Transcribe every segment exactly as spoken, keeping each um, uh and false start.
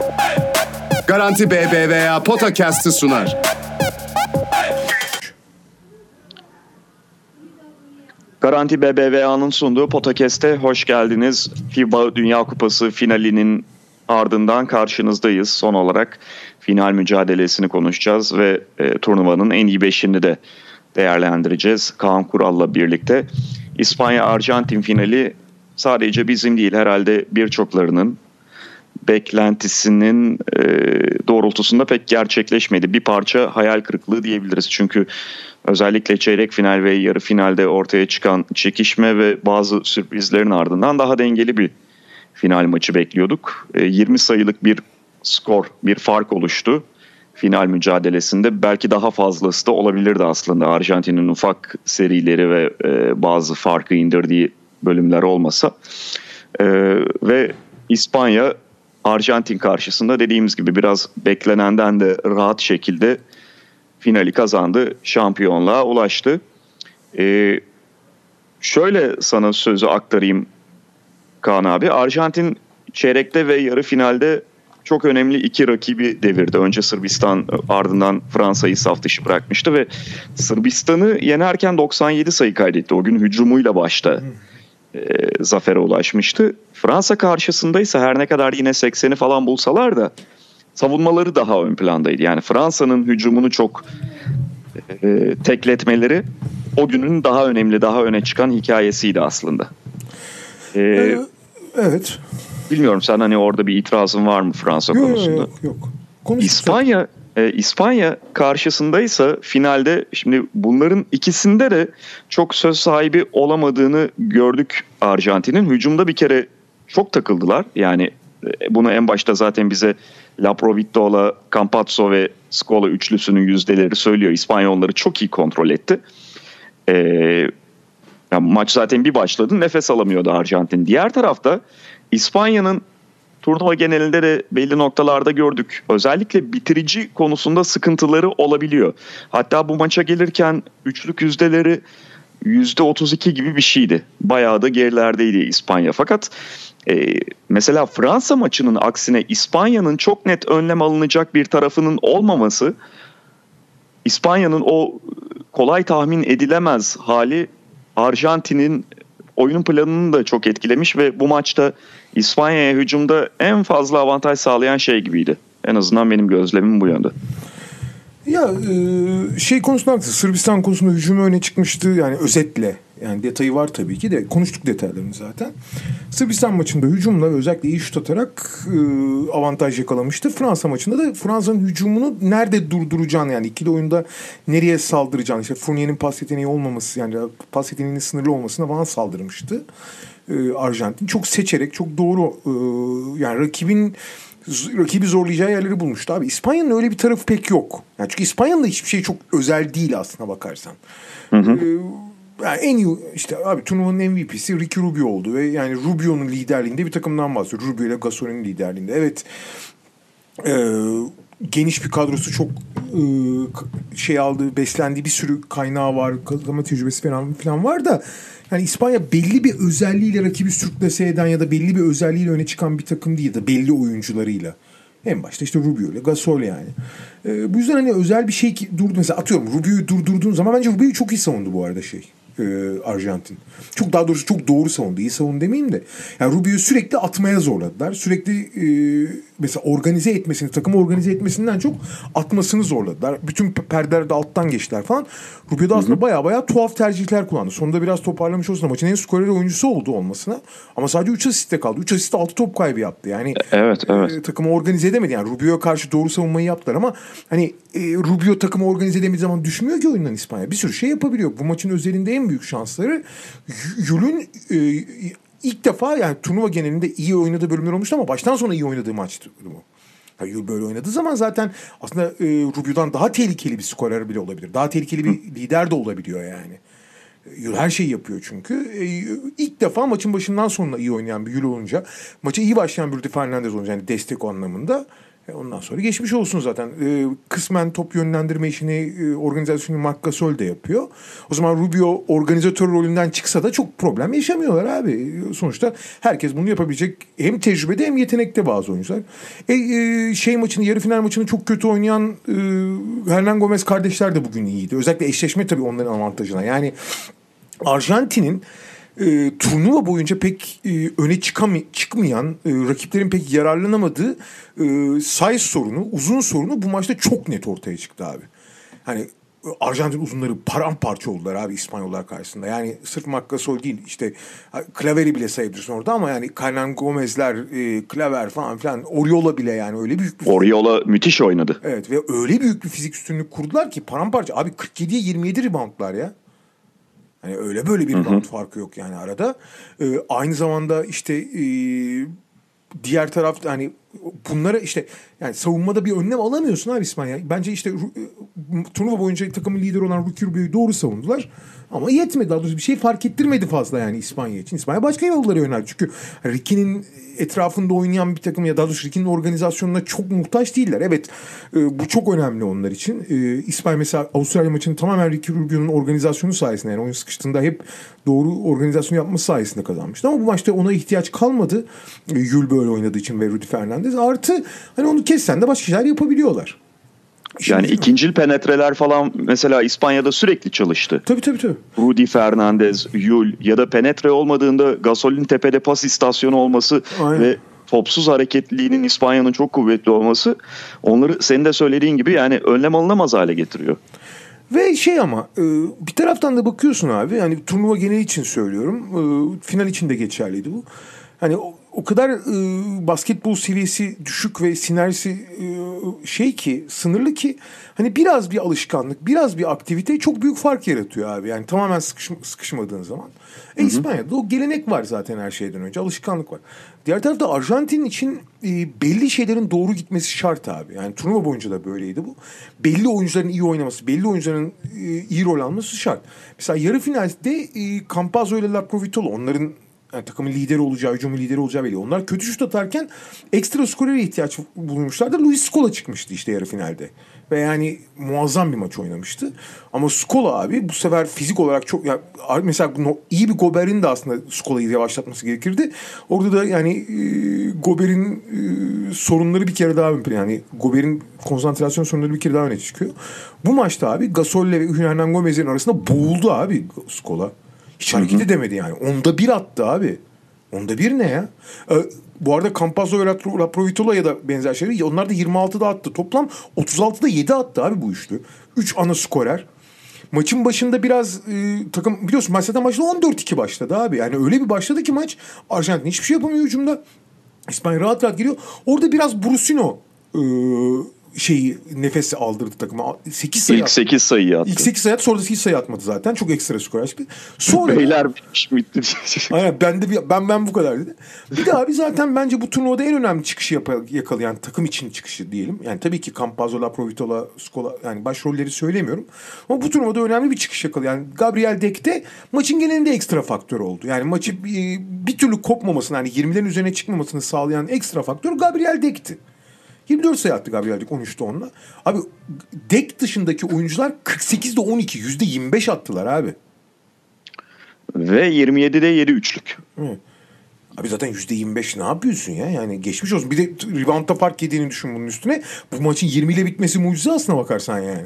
Garanti B B V A Podcast'ı sunar. Garanti B B V A'nın sunduğu Podcast'e hoş geldiniz. FIBA Dünya Kupası finalinin ardından karşınızdayız. Son olarak final mücadelesini konuşacağız ve e, turnuvanın en iyi beşini de değerlendireceğiz Kaan Kural'la birlikte. İspanya-Arjantin finali sadece bizim değil, herhalde birçoklarının beklentisinin e, doğrultusunda pek gerçekleşmedi. Bir parça hayal kırıklığı diyebiliriz. Çünkü özellikle çeyrek final ve yarı finalde ortaya çıkan çekişme ve bazı sürprizlerin ardından daha dengeli bir final maçı bekliyorduk. E, yirmi sayılık bir skor, bir fark oluştu final mücadelesinde. Belki daha fazlası da olabilirdi aslında. Arjantin'in ufak serileri ve e, bazı farkı indirdiği bölümler olmasa. E, ve İspanya Arjantin karşısında dediğimiz gibi biraz beklenenden de rahat şekilde finali kazandı, şampiyonluğa ulaştı. Ee, şöyle sana sözü aktarayım Kaan abi. Arjantin çeyrekte ve yarı finalde çok önemli iki rakibi devirdi. Önce Sırbistan, ardından Fransa'yı saf dışı bırakmıştı ve Sırbistan'ı yenerken doksan yedi sayı kaydetti. O gün hücumuyla başta e, zafere ulaşmıştı. Fransa karşısındaysa her ne kadar yine sekseni falan bulsalar da savunmaları daha ön plandaydı. Yani Fransa'nın hücumunu çok e, tekletmeleri o günün daha önemli, daha öne çıkan hikayesiydi aslında. E, ee, evet. Bilmiyorum, sen hani orada bir itirazın var mı Fransa yok, konusunda? Yok yok. Konuştuk İspanya e, İspanya karşısındaysa finalde, şimdi bunların ikisinde de çok söz sahibi olamadığını gördük Arjantin'in. Hücumda bir kere çok takıldılar. Yani e, bunu en başta zaten bize Laprovittola, Campazzo ve Scola üçlüsünün yüzdeleri söylüyor. İspanyolları çok iyi kontrol etti. E, yani maç zaten bir başladı, nefes alamıyordu Arjantin. Diğer tarafta İspanya'nın turnuva genelinde de belli noktalarda gördük. Özellikle bitirici konusunda sıkıntıları olabiliyor. Hatta bu maça gelirken üçlük yüzdeleri yüzde otuz iki gibi bir şeydi. Bayağı da gerilerdeydi İspanya. Fakat e, mesela Fransa maçının aksine İspanya'nın çok net önlem alınacak bir tarafının olmaması, İspanya'nın o kolay tahmin edilemez hali Arjantin'in oyunun planını da çok etkilemiş ve bu maçta İspanya'ya hücumda en fazla avantaj sağlayan şey gibiydi. En azından benim gözlemim bu yönde. Ya şey konusunda haklısın. Sırbistan konusunda hücumu öne çıkmıştı. Yani özetle. Yani detayı var tabii ki de. Konuştuk detaylarını zaten. Sırbistan maçında hücumla ve özellikle iyi şut atarak avantaj yakalamıştı. Fransa maçında da Fransa'nın hücumunu nerede durduracağını, yani ikili oyunda nereye saldıracağını, işte Fournier'in pas yeteneği olmaması, yani pas yeteneğinin sınırlı olmasına falan saldırmıştı. Arjantin çok seçerek, çok doğru, yani rakibin rakibi zorlayacağı yerleri bulmuştu abi. İspanya'nın öyle bir tarafı pek yok. Yani çünkü İspanya'nın da hiçbir şey çok özel değil aslına bakarsan. Hı hı. Ee, yani en iyi işte abi turnuvanın M V P'si Ricky Rubio oldu ve yani Rubio'nun liderliğinde bir takımdan bahsediyor. Rubio ile Gasol'ün liderliğinde. Evet. Ee, geniş bir kadrosu, çok e, şey aldığı, beslendiği bir sürü kaynağı var. Kazanma tecrübesi falan filan var da yani İspanya belli bir özelliğiyle rakibi sürklase eden ya da belli bir özelliğiyle öne çıkan bir takım değil de belli oyuncularıyla. En başta işte Rubio ile Gasol yani. Ee, bu yüzden hani özel bir şey ki durdu. Mesela atıyorum Rubio'yu durdurduğun zaman, bence Rubio'yu çok iyi savundu bu arada şey. E, Arjantin. Çok, daha doğrusu çok doğru savundu. İyi savundu demeyeyim de. Yani Rubio'yu sürekli atmaya zorladılar. Sürekli e, mesela organize etmesini, takımı organize etmesinden çok atmasını zorladılar. Bütün perdeler de alttan geçtiler falan. Rubio da aslında baya baya tuhaf tercihler kullandı. Sonunda biraz toparlamış olsun da maçın en skorer oyuncusu oldu olmasına. Ama sadece üç asiste kaldı. üç asiste altı top kaybı yaptı. Yani evet, evet. E, takımı organize edemedi. Yani Rubio'ya karşı doğru savunmayı yaptılar ama hani e, Rubio takımı organize edemediği zaman düşmüyor ki oyundan İspanya. Bir sürü şey yapabiliyor. Bu maçın özelinde en büyük şansları Yul'ün e, ilk defa, yani turnuva genelinde iyi oynadığı bölümler olmuştu ama baştan sona iyi oynadığı maçtı bu. Yani Yul böyle oynadığı zaman zaten aslında e, Rubio'dan daha tehlikeli bir skorer bile olabilir. Daha tehlikeli bir Hı. lider de olabiliyor yani. Yul her şeyi yapıyor çünkü. E, ilk defa maçın başından sonuna iyi oynayan bir Yul olunca, maça iyi başlayan bir Rudy Fernandez olunca, yani destek o anlamında E ondan sonra geçmiş olsun zaten. E, kısmen top yönlendirme işini e, organizasyonu Marc Gasol de yapıyor. O zaman Rubio organizatör rolünden çıksa da çok problem yaşamıyorlar abi. Sonuçta herkes bunu yapabilecek hem tecrübede hem yetenekte bazı oyuncular. E, e, şey maçını, yarı final maçını çok kötü oynayan e, Hernan Gomez kardeşler de bugün iyiydi. Özellikle eşleşme tabii onların avantajına. Yani Arjantin'in E, turnuva boyunca pek e, öne çıkam- çıkmayan, e, rakiplerin pek yararlanamadığı e, size sorunu, uzun sorunu bu maçta çok net ortaya çıktı abi. Hani Arjantin uzunları paramparça oldular abi İspanyollar karşısında. Yani sırf Marc Gasol değil, işte Claver'i bile sayabilirsin orada ama yani Hernan Gomez'ler, e, Claver falan filan, Oriola bile yani öyle büyük bir... Oriola müthiş oynadı. Evet ve öyle büyük bir fizik üstünlük kurdular ki paramparça. Abi kırk yediye yirmi yedi reboundlar ya. Hani öyle böyle bir rebound farkı yok yani arada. Ee, aynı zamanda işte e, diğer tarafta hani bunlara işte yani savunmada bir önlem alamıyorsun abi İspanya. Bence işte e, turnuva boyunca takımın lideri olan Ricky Rubio'yu doğru savundular. Ama yetmedi. Daha doğrusu bir şey fark ettirmedi fazla yani İspanya için. İspanya başka yollara yöneldi. Çünkü Ricky'nin etrafında oynayan bir takım ya daha doğrusu Ricky'nin organizasyonuna çok muhtaç değiller. Evet e, bu çok önemli onlar için. E, İspanya mesela Avustralya maçını tamamen Ricky Rubio'nun organizasyonu sayesinde yani oyun sıkıştığında hep doğru organizasyon yapması sayesinde kazanmıştı. Ama bu maçta ona ihtiyaç kalmadı. E, Yul böyle oynadığı için ve Rudy Fernandez. Artı hani onu kessen de başka şeyler yapabiliyorlar. Yani ikincil penetreler falan mesela İspanya'da sürekli çalıştı. Tabii tabii tabii. Rudy Fernandez, Yul ya da penetre olmadığında Gasol'ün tepede pas istasyonu olması Aynen. Ve topsuz hareketliliğinin İspanya'nın çok kuvvetli olması onları senin de söylediğin gibi yani önlem alınamaz hale getiriyor. Ve şey ama bir taraftan da bakıyorsun abi yani turnuva genel için söylüyorum, final için de geçerliydi bu. Hani o, o kadar e, basketbol seviyesi düşük ve sinerjisi e, şey ki sınırlı ki hani biraz bir alışkanlık, biraz bir aktivite çok büyük fark yaratıyor abi. Yani tamamen sıkış, sıkışmadığın zaman. E, İspanya'da o gelenek var zaten her şeyden önce. Alışkanlık var. Diğer tarafta Arjantin için e, belli şeylerin doğru gitmesi şart abi. Yani turnuva boyunca da böyleydi bu. Belli oyuncuların iyi oynaması, belli oyuncuların e, iyi rol alması şart. Mesela yarı finalde e, Campazzo ile Laprovittola onların yani takımın lideri olacağı, hücumun lideri olacağı belli. Onlar kötü şut atarken ekstra skorere ihtiyaç bulmuşlardı. Luis Scola çıkmıştı işte yarı finalde. Ve yani muazzam bir maç oynamıştı. Ama Scola abi bu sefer fizik olarak çok... Yani mesela iyi bir Gobert'in de aslında Scola'yı yavaşlatması gerekirdi. Orada da yani e, Gobert'in e, sorunları bir kere daha ön plana. Yani Gobert'in konsantrasyon sorunları bir kere daha öne çıkıyor. Bu maçta abi Gasol'le ve Hernan Gomez'in arasında boğuldu abi Scola. Hiç hareket edemedi yani. Onda bir attı abi. Onda bir ne ya? Ee, bu arada Campazzo ve Laprovittola ya da benzer şeyler. Onlar da yirmi altıda attı. Toplam otuz altıda yedi attı abi bu üçlü. üç ana skorer. Maçın başında biraz e, takım biliyorsun maç zaten başta on dört iki başladı abi. Yani öyle bir başladı ki maç Arjantin hiçbir şey yapamıyor hücumda. İspanya rahat rahat giriyor. Orada biraz Brusino e, şeyi nefesi aldırdı takıma. sekiz sayı İlk attı. sekiz sayı attı. İlk sekiz sayı attı. Sonra da hiç sayı atmadı zaten. Çok ekstra skor açtı. Sonra Beyler bitti. Aynen ben de bir, ben ben bu kadar dedi. Bir de abi zaten bence bu turnuvada en önemli çıkışı yap- yakalayan takım için çıkışı diyelim. Yani tabii ki Campazzo, Laprovittola, Scola yani başrolleri söylemiyorum. Ama bu turnuvada önemli bir çıkış yakalayan yani Gabriel Deck de maçın genelinde ekstra faktör oldu. Yani maçı bir, bir türlü kopmamasını hani yirmilerin üzerine çıkmamasını sağlayan ekstra faktör Gabriel Deck'ti. yirmi dört sayı attı Gabriel Deck on üçte onunla. Abi Deck dışındaki oyuncular kırk sekizde on iki yüzde yirmi beş attılar abi. Ve yirmi yedide yedi üçlük. Evet. Abi zaten yüzde yirmi beş ne yapıyorsun ya? Yani geçmiş olsun. Bir de reboundda fark yediğini düşün bunun üstüne. Bu maçın yirmi ile bitmesi mucize aslına bakarsan yani.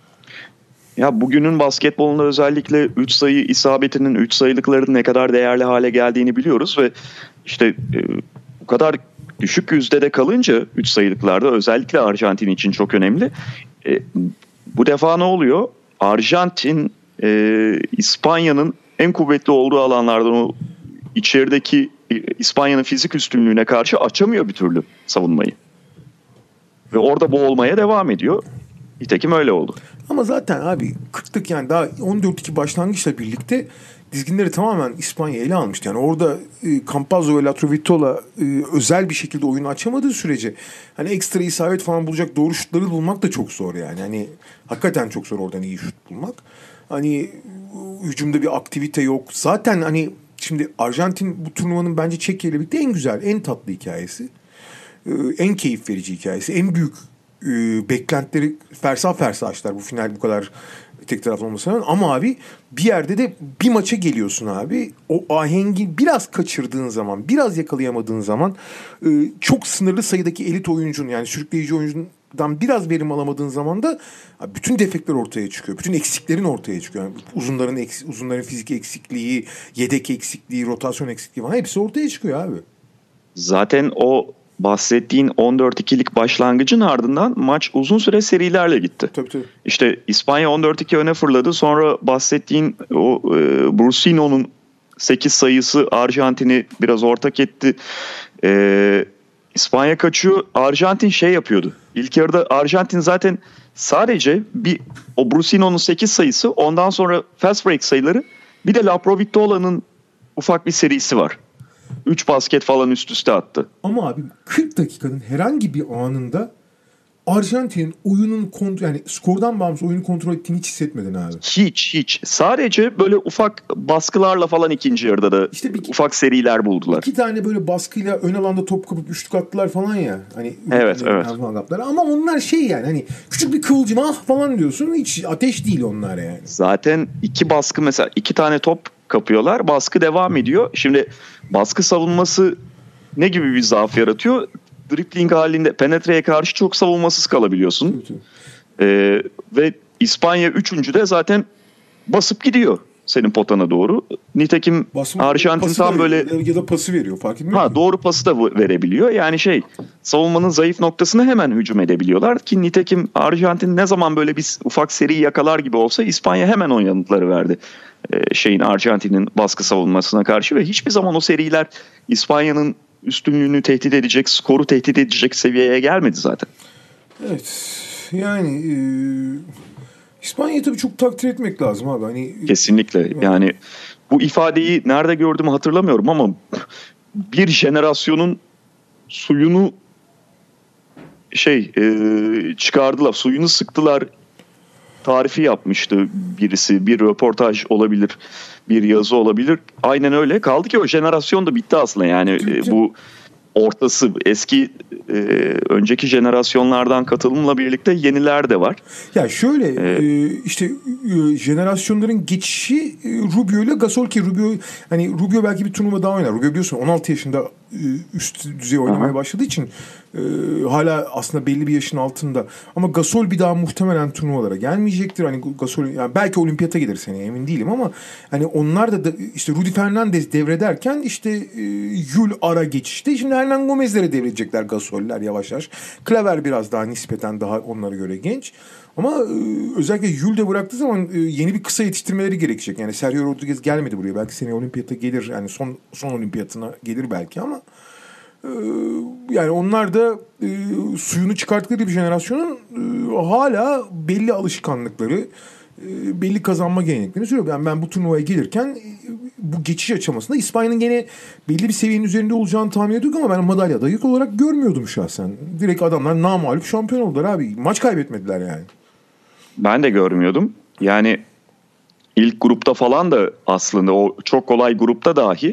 Ya bugünün basketbolunda özellikle üç sayı isabetinin, üç sayılıkların ne kadar değerli hale geldiğini biliyoruz ve işte e, bu kadar düşük yüzdede kalınca üç sayılıklarda özellikle Arjantin için çok önemli. E, bu defa ne oluyor? Arjantin e, İspanya'nın en kuvvetli olduğu alanlardan o içerideki e, İspanya'nın fizik üstünlüğüne karşı açamıyor bir türlü savunmayı. Ve orada boğulmaya devam ediyor. Nitekim öyle oldu. Ama zaten abi kırklık yani daha on dört iki başlangıçla birlikte dizginleri tamamen İspanya ele almıştı. Yani orada e, Campazzo ve Laprovittola e, özel bir şekilde oyunu açamadığı sürece hani ekstra isabet falan bulacak doğru şutları bulmak da çok zor yani. Hani hakikaten çok zor oradan iyi şut bulmak. Hani hücumda bir aktivite yok. Zaten hani şimdi Arjantin bu turnuvanın bence Çekya ile birlikte en güzel, en tatlı hikayesi. e, en keyif verici hikayesi. En büyük e, beklentileri fersah fersah açtılar bu final bu kadar tek taraflı olmasına rağmen. Ama abi bir yerde de bir maça geliyorsun abi. O ahengi biraz kaçırdığın zaman, biraz yakalayamadığın zaman e, çok sınırlı sayıdaki elit oyuncunun yani sürükleyici oyuncundan biraz verim alamadığın zaman da abi, bütün defekler ortaya çıkıyor. Bütün eksiklerin ortaya çıkıyor. Yani uzunların eks, uzunların fizik eksikliği, yedek eksikliği, rotasyon eksikliği falan hepsi ortaya çıkıyor abi. Zaten o bahsettiğin on dört ikilik başlangıcın ardından maç uzun süre serilerle gitti. Tabii tabii. İşte İspanya on dört iki öne fırladı. Sonra bahsettiğin o e, Brusino'nun sekiz sayısı Arjantin'i biraz ortak etti. E, İspanya kaçıyor. Arjantin şey yapıyordu. İlk yarıda Arjantin zaten sadece bir o Brusino'nun sekiz sayısı, ondan sonra fast break sayıları, bir de Laprovitola'nın ufak bir serisi var. üç basket falan üst üste attı. Ama abi kırk dakikanın herhangi bir anında Arjantin'in oyunun kontrol yani skordan bağımsız oyunu kontrol ettiğini hiç hissetmedin abi. Hiç hiç. Sadece böyle ufak baskılarla falan ikinci yarıda da İşte bir, ufak seriler buldular. İki tane böyle baskıyla ön alanda top kapıp üçlük attılar falan ya. Hani evet evet. Ama onlar şey yani hani küçük bir kıvılcım ah falan diyorsun. Hiç ateş değil onlar yani. Zaten iki baskı mesela iki tane top kapıyorlar. Baskı devam ediyor. Şimdi baskı savunması ne gibi bir zaaf yaratıyor? Dribbling halinde penetreye karşı çok savunmasız kalabiliyorsun. Ee, ve İspanya üçüncüde zaten basıp gidiyor senin potana doğru. Nitekim Basma, Arjantin tam da, böyle ya da pası veriyor fark etmiyor ha, musun? Doğru pası da verebiliyor. Yani şey savunmanın zayıf noktasına hemen hücum edebiliyorlar ki nitekim Arjantin ne zaman böyle bir ufak seri yakalar gibi olsa İspanya hemen o yanıtları verdi. Ee, şeyin Arjantin'in baskı savunmasına karşı ve hiçbir zaman o seriler İspanya'nın üstünlüğünü tehdit edecek, skoru tehdit edecek seviyeye gelmedi zaten. Evet. Yani e, İspanya'yı tabii çok takdir etmek lazım abi. Hani kesinlikle. Yani, yani bu ifadeyi nerede gördüğümü hatırlamıyorum ama bir jenerasyonun suyunu şey e, çıkardılar, suyunu sıktılar tarifi yapmıştı birisi. Bir röportaj olabilir, bir yazı olabilir. Aynen öyle. Kaldı ki o jenerasyon da bitti aslında. Yani e, bu ortası eski e, önceki jenerasyonlardan katılımla birlikte yeniler de var. Ya şöyle ee, e, işte e, jenerasyonların geçişi e, Rubio ile Gasol ki Rubio hani Rubio belki bir turnuva daha oynar. Rubio biliyorsun on altı yaşında e, üst düzey oynamaya Aha. başladığı için e, hala aslında belli bir yaşın altında. Ama Gasol bir daha muhtemelen turnuvalara gelmeyecektir. Hani Gasol yani belki olimpiyata gelir seneye emin değilim ama hani onlar da, da işte Rudy Fernandez devrederken işte e, Yul ara geçişte şimdi Hernan Gomez'lere devredecekler Gasol'ler yavaş yavaş. Klaver biraz daha nispeten daha onlara göre genç. Ama e, özellikle Yul'de bıraktığı zaman e, yeni bir kısa yetiştirmeleri gerekecek. Yani Sergio Rodriguez gelmedi buraya. Belki seneye olimpiyata gelir. Yani son son olimpiyatına gelir belki ama e, yani onlar da e, suyunu çıkarttıkları bir jenerasyonun e, hala belli alışkanlıkları, e, belli kazanma geleneklerini söylüyor. Yani ben bu turnuvaya gelirken e, bu geçiş aşamasında İspanya'nın gene belli bir seviyenin üzerinde olacağını tahmin ediyorduk ama ben madalya adayı olarak görmüyordum şahsen. Direkt adamlar namağlup şampiyon oldular abi. Maç kaybetmediler yani. Ben de görmüyordum. Yani ilk grupta falan da aslında o çok kolay grupta dahi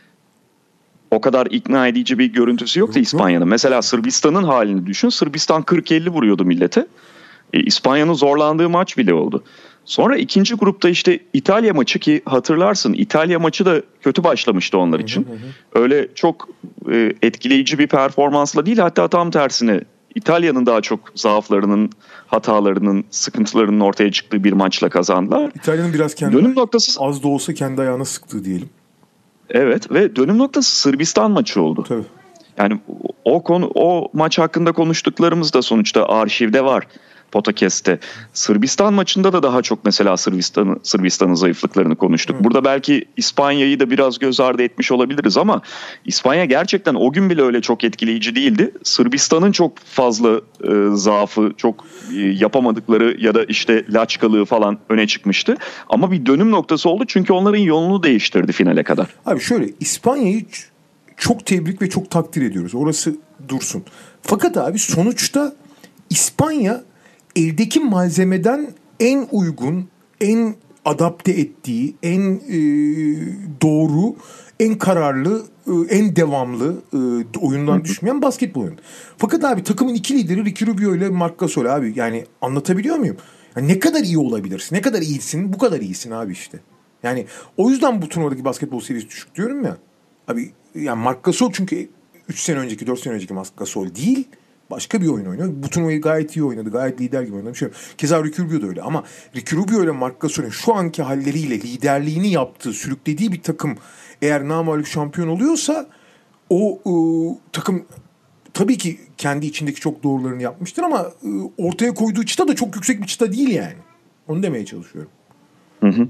o kadar ikna edici bir görüntüsü yoktu yok, İspanya'nın. Yok. Mesela Sırbistan'ın halini düşün. Sırbistan kırk elli vuruyordu millete. E, İspanya'nın zorlandığı maç bile oldu. Sonra ikinci grupta işte İtalya maçı ki hatırlarsın İtalya maçı da kötü başlamıştı onlar için. Hı hı hı. Öyle çok e, etkileyici bir performansla değil hatta tam tersine İtalya'nın daha çok zaaflarının, hatalarının, sıkıntılarının ortaya çıktığı bir maçla kazandılar. İtalya'nın biraz kendi dönüm noktası az da olsa kendi ayağına sıktığı diyelim. Evet ve dönüm noktası Sırbistan maçı oldu. Tabii. Yani o konu o maç hakkında konuştuklarımız da sonuçta arşivde var. Podcast'te. Sırbistan maçında da daha çok mesela Sırbistan'ın Sırbistan'ın zayıflıklarını konuştuk. Hı. Burada belki İspanya'yı da biraz göz ardı etmiş olabiliriz ama İspanya gerçekten o gün bile öyle çok etkileyici değildi. Sırbistan'ın çok fazla e, zaafı, çok e, yapamadıkları ya da işte laçkalığı falan öne çıkmıştı. Ama bir dönüm noktası oldu çünkü onların yolunu değiştirdi finale kadar. Abi şöyle İspanya'yı çok tebrik ve çok takdir ediyoruz. Orası dursun. Fakat abi sonuçta İspanya eldeki malzemeden en uygun, en adapte ettiği, en e, doğru, en kararlı, e, en devamlı e, oyundan düşmeyen basketbol oyunu. Fakat abi takımın iki lideri Ricky Rubio ile Marc Gasol abi. Yani anlatabiliyor muyum? Yani ne kadar iyi olabilirsin, ne kadar iyisin, bu kadar iyisin abi işte. Yani o yüzden bu turnuvadaki basketbol seviyesi düşük diyorum ya. Abi yani Marc Gasol çünkü üç sene önceki, dört sene önceki Marc Gasol değil. Başka bir oyun oynuyor. Bu turnuvayı gayet iyi oynadı. Gayet lider gibi oynadı. Şöyle, keza Ricky Rubio da öyle. Ama Ricky Rubio ile Marc Gasol'ün şu anki halleriyle liderliğini yaptığı, sürüklediği bir takım eğer namağlup şampiyon oluyorsa o ıı, takım tabii ki kendi içindeki çok doğrularını yapmıştır ama ıı, ortaya koyduğu çıta da çok yüksek bir çıta değil yani. Onu demeye çalışıyorum. Hı hı.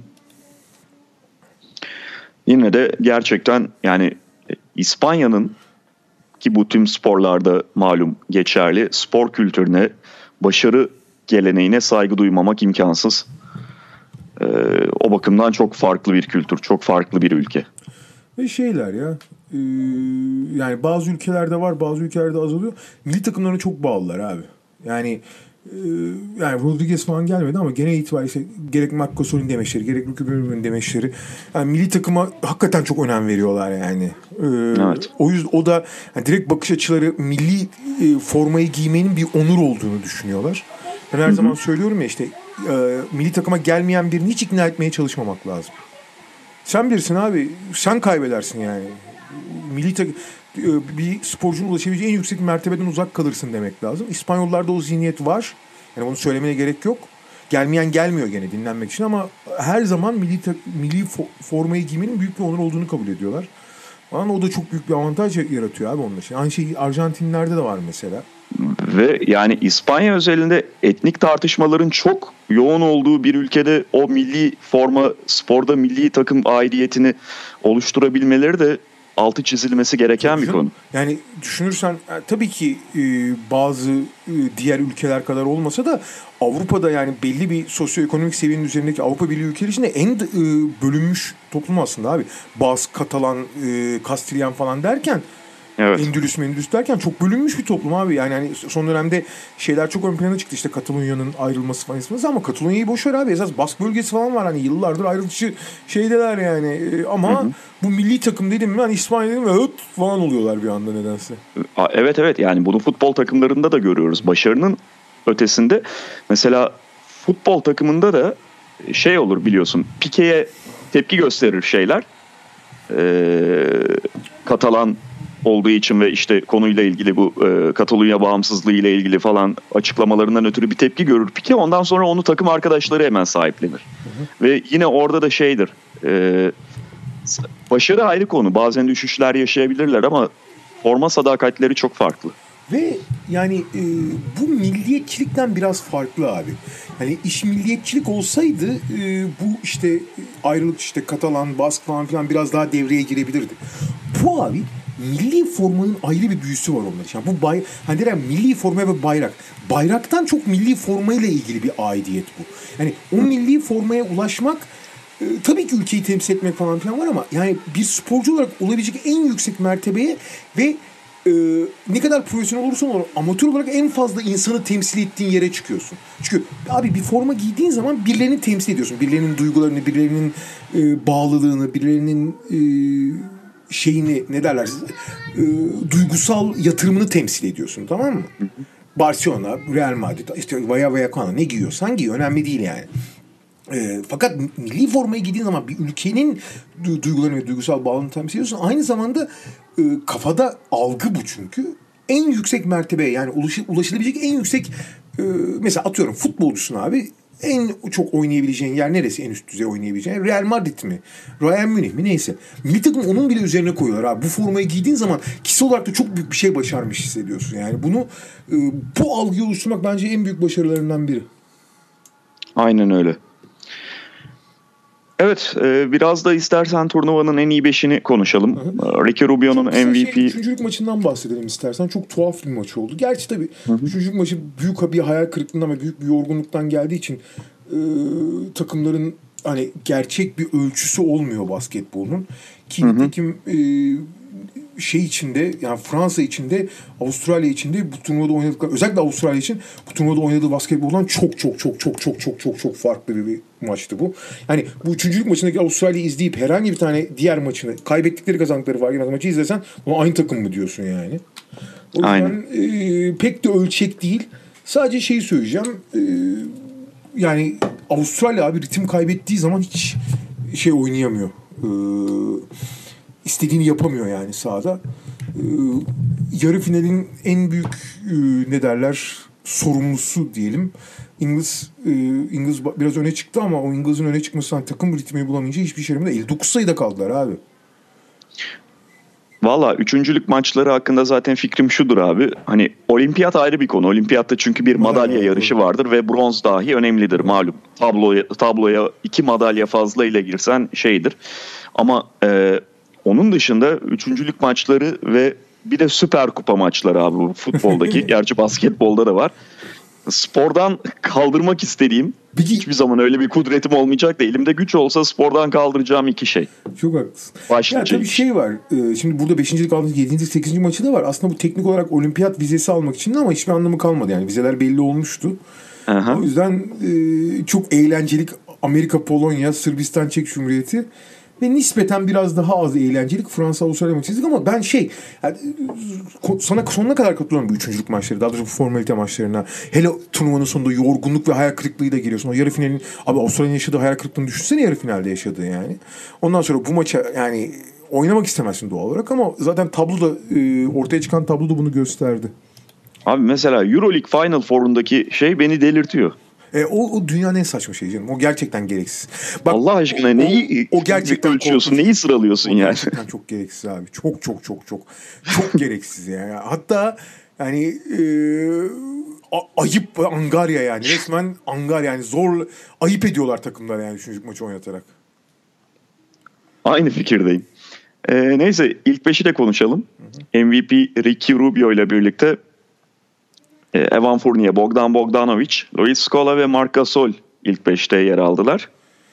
Yine de gerçekten yani İspanya'nın, ki bu tüm sporlarda malum geçerli, spor kültürüne, başarı geleneğine saygı duymamak imkansız. Ee, o bakımdan çok farklı bir kültür, çok farklı bir ülke. Ve şeyler ya, e, yani bazı ülkelerde var, bazı ülkelerde azalıyor. Milli takımlarına çok bağlılar abi. Yani e, yani Rodriguez falan gelmedi ama genel itibariyle gerek Marc Gasol'ün demeçleri, gerek Ricky Rubio'nun demeçleri, yani milli takıma hakikaten çok önem veriyorlar yani. E, Evet. O yüzden o da yani direkt bakış açıları milli e, formayı giymenin bir onur olduğunu düşünüyorlar. Ben her Hı-hı. zaman söylüyorum ya işte e, milli takıma gelmeyen birini hiç ikna etmeye çalışmamak lazım. Sen bilirsin abi. Sen kaybedersin yani. Milli takım bir sporcunun ulaşabileceği en yüksek mertebeden uzak kalırsın demek lazım. İspanyollarda o zihniyet var. Yani bunu söylemene gerek yok. Gelmeyen gelmiyor gene dinlenmek için ama her zaman milli milli formayı giymenin büyük bir onur olduğunu kabul ediyorlar. Ama o da çok büyük bir avantaj yaratıyor abi onun için. Aynı şey Arjantinlerde de var mesela. Ve yani İspanya özelinde etnik tartışmaların çok yoğun olduğu bir ülkede o milli forma, sporda milli takım aidiyetini oluşturabilmeleri de altı çizilmesi gereken tabii bir konu. Yani düşünürsen tabii ki bazı diğer ülkeler kadar olmasa da Avrupa'da yani belli bir sosyoekonomik seviyenin üzerindeki Avrupa Birliği ülkeleri içinde en bölünmüş toplum aslında abi. Bask, Katalan, Kastilyan falan derken evet. Endülüs mendülüs derken çok bölünmüş bir toplum abi. Yani hani son dönemde şeyler çok ön plana çıktı. İşte Katalonya'nın ayrılması falan isminiz ama Katalonya'yı boş ver abi. Esas Bask bölgesi falan var. Hani yıllardır ayrılıkçı şeydeler yani. Ama hı hı. bu milli takım dedim mi hani İspanya dedim mi öt falan oluyorlar bir anda nedense. Evet evet yani bunu futbol takımlarında da görüyoruz. Başarının ötesinde mesela futbol takımında da şey olur biliyorsun. Pique'ye tepki gösterir şeyler. Ee, Katalan olduğu için ve işte konuyla ilgili bu e, Katalonya bağımsızlığı ile ilgili falan açıklamalarından ötürü bir tepki görür Pique. Ondan sonra onu takım arkadaşları hemen sahiplenir. Hı hı. Ve yine orada da şeydir. E, başarı ayrı konu. Bazen düşüşler yaşayabilirler ama forma sadakatleri çok farklı. Ve yani e, bu milliyetçilikten biraz farklı abi. Hani iş milliyetçilik olsaydı e, bu işte ayrılık işte Katalan, Bask falan filan biraz daha devreye girebilirdi. Bu abi milli formanın ayrı bir büyüsü var onlar için. Yani bu bay, hani der milli forma ve bayrak. Bayraktan çok milli formayla ilgili bir aidiyet bu. Yani o milli formaya ulaşmak e, tabii ki ülkeyi temsil etmek falan filan var ama yani bir sporcu olarak olabilecek en yüksek mertebeye ve e, ne kadar profesyonel olursan ol, amatör olarak en fazla insanı temsil ettiğin yere çıkıyorsun. Çünkü abi bir forma giydiğin zaman birilerini temsil ediyorsun. Birilerinin duygularını, birilerinin e, bağlılığını, birilerinin e, şeyini ne derler e, duygusal yatırımını temsil ediyorsun, tamam mı? Hı hı. Barcelona, Real Madrid, işte Vaya Vallecano ne giyiyorsan giy, önemli değil yani. E, fakat milli formayı giydiğin zaman bir ülkenin du- duygularını ve duygusal bağlılığını temsil ediyorsun. Aynı zamanda e, kafada algı bu çünkü. En yüksek mertebe yani ulaş- ulaşılabilecek en yüksek e, mesela atıyorum futbolcusun abi. En çok oynayabileceğin yer neresi, en üst düzey oynayabileceğin? Real Madrid mi? Bayern Münih mi? Neyse. Milli takım onun bile üzerine koyuyorlar abi. Bu formayı giydiğin zaman kişisel olarak da çok büyük bir şey başarmış hissediyorsun. Yani bunu e, bu algıyı oluşturmak bence en büyük başarılarından biri. Aynen öyle. Evet, e, biraz da istersen turnuvanın en iyi beşini konuşalım. Hı-hı. Ricky Rubio'nun M V P... Şey, üçüncülük maçından bahsedelim istersen. Çok tuhaf bir maç oldu. Gerçi tabii Hı-hı. üçüncülük maçı büyük bir hayal kırıklığından ve büyük bir yorgunluktan geldiği için e, takımların hani gerçek bir ölçüsü olmuyor basketbolun. Ki nitekim e, şey içinde yani Fransa içinde, Avustralya içinde bu turnuvada oynadıkları, özellikle Avustralya için bu turnuvada oynadığı basketboldan çok çok çok çok çok çok çok çok farklı bir, bir maçtı bu. Yani bu üçüncülük maçındaki Avustralya'yı izleyip herhangi bir tane diğer maçını, kaybettikleri kazandıkları fark etmez maçı izlesen buna aynı takım mı diyorsun yani? O yüzden e, pek de ölçek değil. Sadece şeyi söyleyeceğim. E, yani Avustralya abi ritim kaybettiği zaman hiç şey oynayamıyor. E, istediğini yapamıyor yani sahada. E, yarı finalin en büyük e, ne derler sorumlusu diyelim. İngiliz e, İngiliz biraz öne çıktı ama o İngiliz'in öne çıkmasından takım ritmini bulamayınca hiçbir şey yapamadı. elli dokuz sayıda kaldılar abi. Valla üçüncülük maçları hakkında zaten fikrim şudur abi. Hani olimpiyat ayrı bir konu. Olimpiyatta çünkü bir madalya Aynen, yarışı doğru. vardır ve bronz dahi önemlidir malum. Tabloya, tabloya iki madalya fazla ile girsen şeydir. Ama e, onun dışında üçüncülük maçları ve bir de Süper Kupa maçları abi bu futboldaki. Gerçi basketbolda da var. Spordan kaldırmak istediğim, Peki- hiçbir zaman öyle bir kudretim olmayacak da elimde güç olsa spordan kaldıracağım iki şey. Çok haklısın. Başlıca Ya tabii iki. şey var. E, şimdi burada beşincilik aldığınız yedinci sekizinci maçı da var. Aslında bu teknik olarak olimpiyat vizesi almak için ama hiçbir anlamı kalmadı. Yani vizeler belli olmuştu. Aha. O yüzden e, çok eğlencelik Amerika, Polonya, Sırbistan, Çek Cumhuriyeti ve nispeten biraz daha az eğlencelik Fransa, Avustralya maçı izledik ama ben şey yani, sana sonuna kadar katılıyorum bu üçüncülük maçları. Daha doğrusu bu formalite maçlarına. Hele turnuvanın sonunda yorgunluk ve hayal kırıklığı da geliyorsun. O yarı finalin abi Avustralya'nın yaşadığı hayal kırıklığını düşünsene yarı finalde yaşadığı yani. Ondan sonra bu maça yani oynamak istemezsin doğal olarak ama zaten tablo da e, ortaya çıkan tablo da bunu gösterdi. Abi mesela Euroleague Final Four'undaki şey beni delirtiyor. E, o, o dünyanın en saçma şeyi canım. O gerçekten gereksiz. Bak, Allah aşkına o, neyi o, o gerçekten ölçüyorsun, korkunç. neyi sıralıyorsun O yani? gerçekten çok gereksiz abi. Çok çok çok çok. Çok gereksiz yani. Hatta yani e, a- ayıp ve angarya yani. Resmen angarya yani. Zor ayıp ediyorlar takımlar yani üçüncü maçı oynatarak. Aynı fikirdeyim. Ee, neyse ilk beşi de konuşalım. Hı hı. M V P Ricky Rubio ile birlikte e, Evan Fournier, Bogdan Bogdanovic, Luis Scola ve Marc Gasol ilk beşte yer aldılar.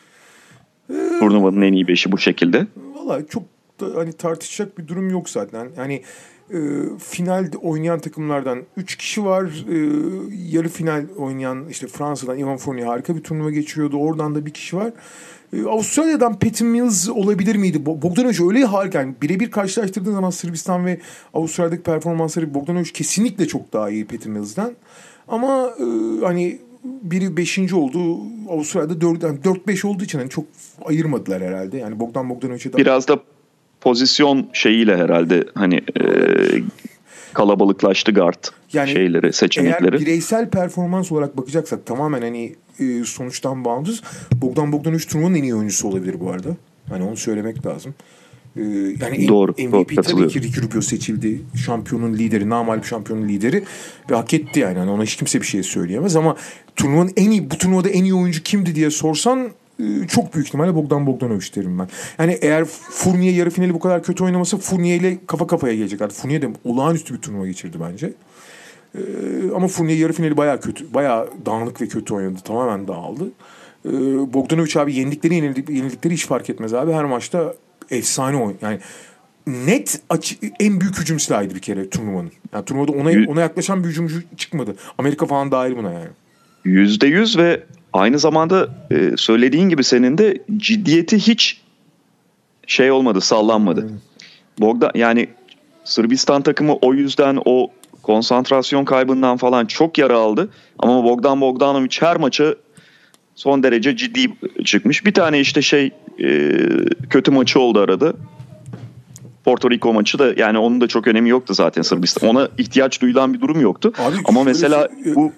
Ee, Turnuvanın en iyi beşi bu şekilde. Valla çok da hani tartışacak bir durum yok zaten. Yani e, finalde oynayan takımlardan üç kişi var. E, yarı final oynayan işte Fransa'dan Evan Fournier harika bir turnuva geçiriyordu. Oradan da bir kişi var. E, Avustralya'dan Patty Mills olabilir miydi? Bogdanovic öyle harika. Yani birebir karşılaştırdığın zaman Sırbistan ve Avustralya'daki performansları Bogdanovic kesinlikle çok daha iyi Patty Mills'den. Ama e, hani biri beşinci oldu. Avustralya'da dört, yani dört beş olduğu için hani çok ayırmadılar herhalde. Yani Bogdan Bogdanovic'e daha... Biraz da pozisyon şeyiyle herhalde hani e, kalabalıklaştı guard yani şeyleri, seçenekleri. Eğer bireysel performans olarak bakacaksak tamamen hani e, sonuçtan bağımsız Bogdan Bogdanovic turnuvanın en iyi oyuncusu olabilir bu arada. Hani onu söylemek lazım. E, yani doğru, M V P doğru, tabii ki Ricky Rubio seçildi. Şampiyonun lideri, namağlup şampiyonun lideri ve hak etti yani. yani. Ona hiç kimse bir şey söyleyemez ama turnuvanın en iyi, bu turnuvada en iyi oyuncu kimdi diye sorsan çok büyük ihtimalle Bogdan Bogdanovic derim ben. Yani eğer Fournier yarı finali bu kadar kötü oynamasa Fournier ile kafa kafaya gelecekler. Fournier de olağanüstü bir turnuva geçirdi bence. Ee, ama Fournier yarı finali bayağı kötü, bayağı dağınık ve kötü oynadı. Tamamen dağıldı. Ee, Bogdanovic abi yendikleri yenildikleri hiç fark etmez abi. Her maçta efsane oyun. Yani net açı, en büyük hücum silahıydı bir kere turnuvanın. Yani turnuvada ona, ona yaklaşan bir hücumcu çıkmadı. Amerika falan dahil buna yani. Yüzde yüz ve aynı zamanda e, söylediğin gibi senin de ciddiyeti hiç şey olmadı, sallanmadı. Hmm. Bogdan yani Sırbistan takımı o yüzden o konsantrasyon kaybından falan çok yara aldı. Ama Bogdan Bogdanovic her maça son derece ciddi çıkmış. Bir tane işte şey e, kötü maçı oldu arada. Porto Rico maçı da yani onun da çok önemi yoktu zaten Sırbistan. Ona ihtiyaç duyulan bir durum yoktu. Abi, ama mesela şey, bu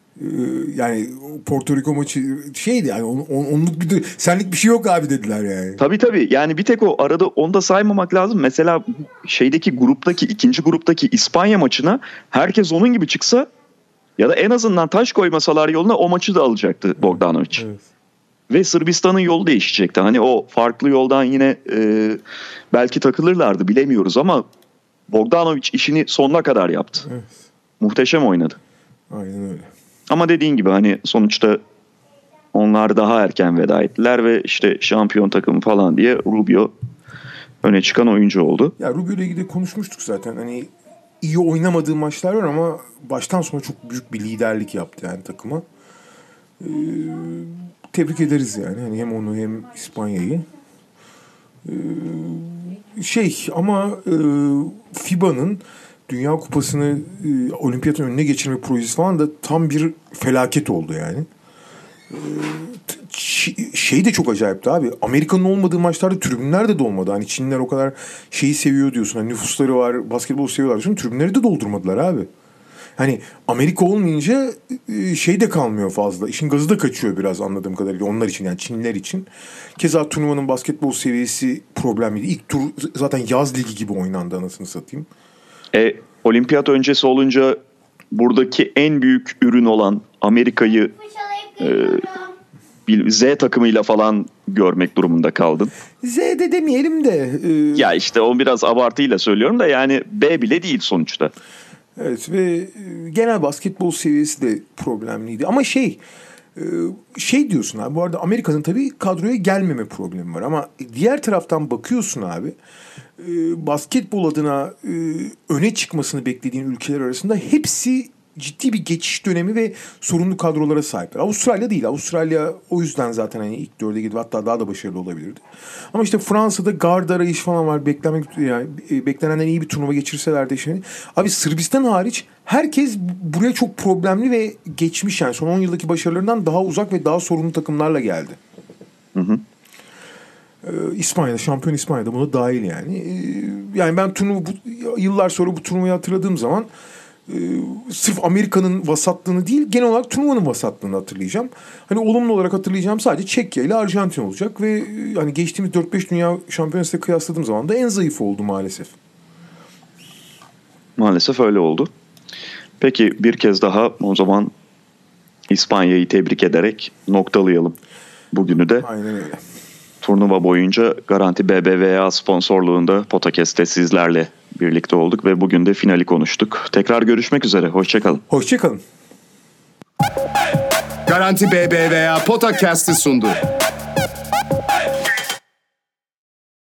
yani Porto Rico maçı şeydi yani on, on, onluk bir senlik bir şey yok abi dediler yani. Tabii tabii yani bir tek o arada onu da saymamak lazım. Mesela şeydeki gruptaki ikinci gruptaki İspanya maçına herkes onun gibi çıksa ya da en azından taş koymasalar yoluna o maçı da alacaktı Bogdanovic. Evet. Ve Sırbistan'ın yolu değişecekti. Hani o farklı yoldan yine e, belki takılırlardı bilemiyoruz ama Bogdanovic işini sonuna kadar yaptı. Evet. Muhteşem oynadı. Aynen öyle. Ama dediğin gibi hani sonuçta onlar daha erken veda ettiler ve işte şampiyon takımı falan diye Rubio öne çıkan oyuncu oldu. Ya Rubio ile ilgili konuşmuştuk zaten. Hani iyi oynamadığı maçlar var ama baştan sona çok büyük bir liderlik yaptı yani takıma. Ee, tebrik ederiz yani. Hani hem onu hem İspanya'yı. Ee, şey ama e, F I B A'nın Dünya Kupası'nı e, olimpiyatın önüne geçirme projesi falan da tam bir felaket oldu yani. Ee, şey de çok acayipti abi. Amerika'nın olmadığı maçlarda tribünler de dolmadı. Hani Çinliler o kadar şeyi seviyor diyorsun. Hani nüfusları var, basketbol seviyorlar diyorsun. Tribünleri de doldurmadılar abi. Hani Amerika olmayınca şey de kalmıyor fazla. İşin gazı da kaçıyor biraz anladığım kadarıyla onlar için yani Çinliler için. Keza turnuvanın basketbol seviyesi problemliydi. İlk tur zaten yaz ligi gibi oynandı anasını satayım. E, olimpiyat öncesi olunca buradaki en büyük ürün olan Amerika'yı e, bir Z takımıyla falan görmek durumunda kaldın. Z de demeyelim de. E... Ya işte o biraz abartıyla söylüyorum da yani B bile değil sonuçta. Evet ve genel basketbol seviyesi de problemliydi. Ama şey şey diyorsun abi bu arada Amerika'nın tabii kadroya gelmeme problemi var. Ama diğer taraftan bakıyorsun abi basketbol adına öne çıkmasını beklediğin ülkeler arasında hepsi ciddi bir geçiş dönemi ve sorunlu kadrolara sahipler. Avustralya değil. Avustralya o yüzden zaten hani ilk dörde girdi. Hatta daha da başarılı olabilirdi. Ama işte Fransa'da guard arayış falan var. Beklenmek yani beklenenden iyi bir turnuva geçirseler de şimdi. Abi Sırbistan hariç herkes buraya çok problemli ve geçmiş yani son on yıldaki başarılarından daha uzak ve daha sorunlu takımlarla geldi. Hı hı. Ee, İspanya'da, şampiyon İspanya'da buna dahil yani. Ee, yani ben turnuva bu, yıllar sonra bu turnuvayı hatırladığım zaman Ee, sırf Amerika'nın vasatlığını değil genel olarak turnuvanın vasatlığını hatırlayacağım. Hani olumlu olarak hatırlayacağım sadece Çekya ile Arjantin olacak ve hani geçtiğimiz dört beş dünya şampiyonasıyla kıyasladığım zaman da en zayıf oldu maalesef. Maalesef öyle oldu. Peki bir kez daha o zaman İspanya'yı tebrik ederek noktalayalım bugünü de. Aynen öyle. Turnuva boyunca Garanti B B V A sponsorluğunda Podcast'te sizlerle birlikte olduk ve bugün de finali konuştuk. Tekrar görüşmek üzere. Hoşçakalın. Hoşçakalın. Garanti B B V A Podcast'ı sundu.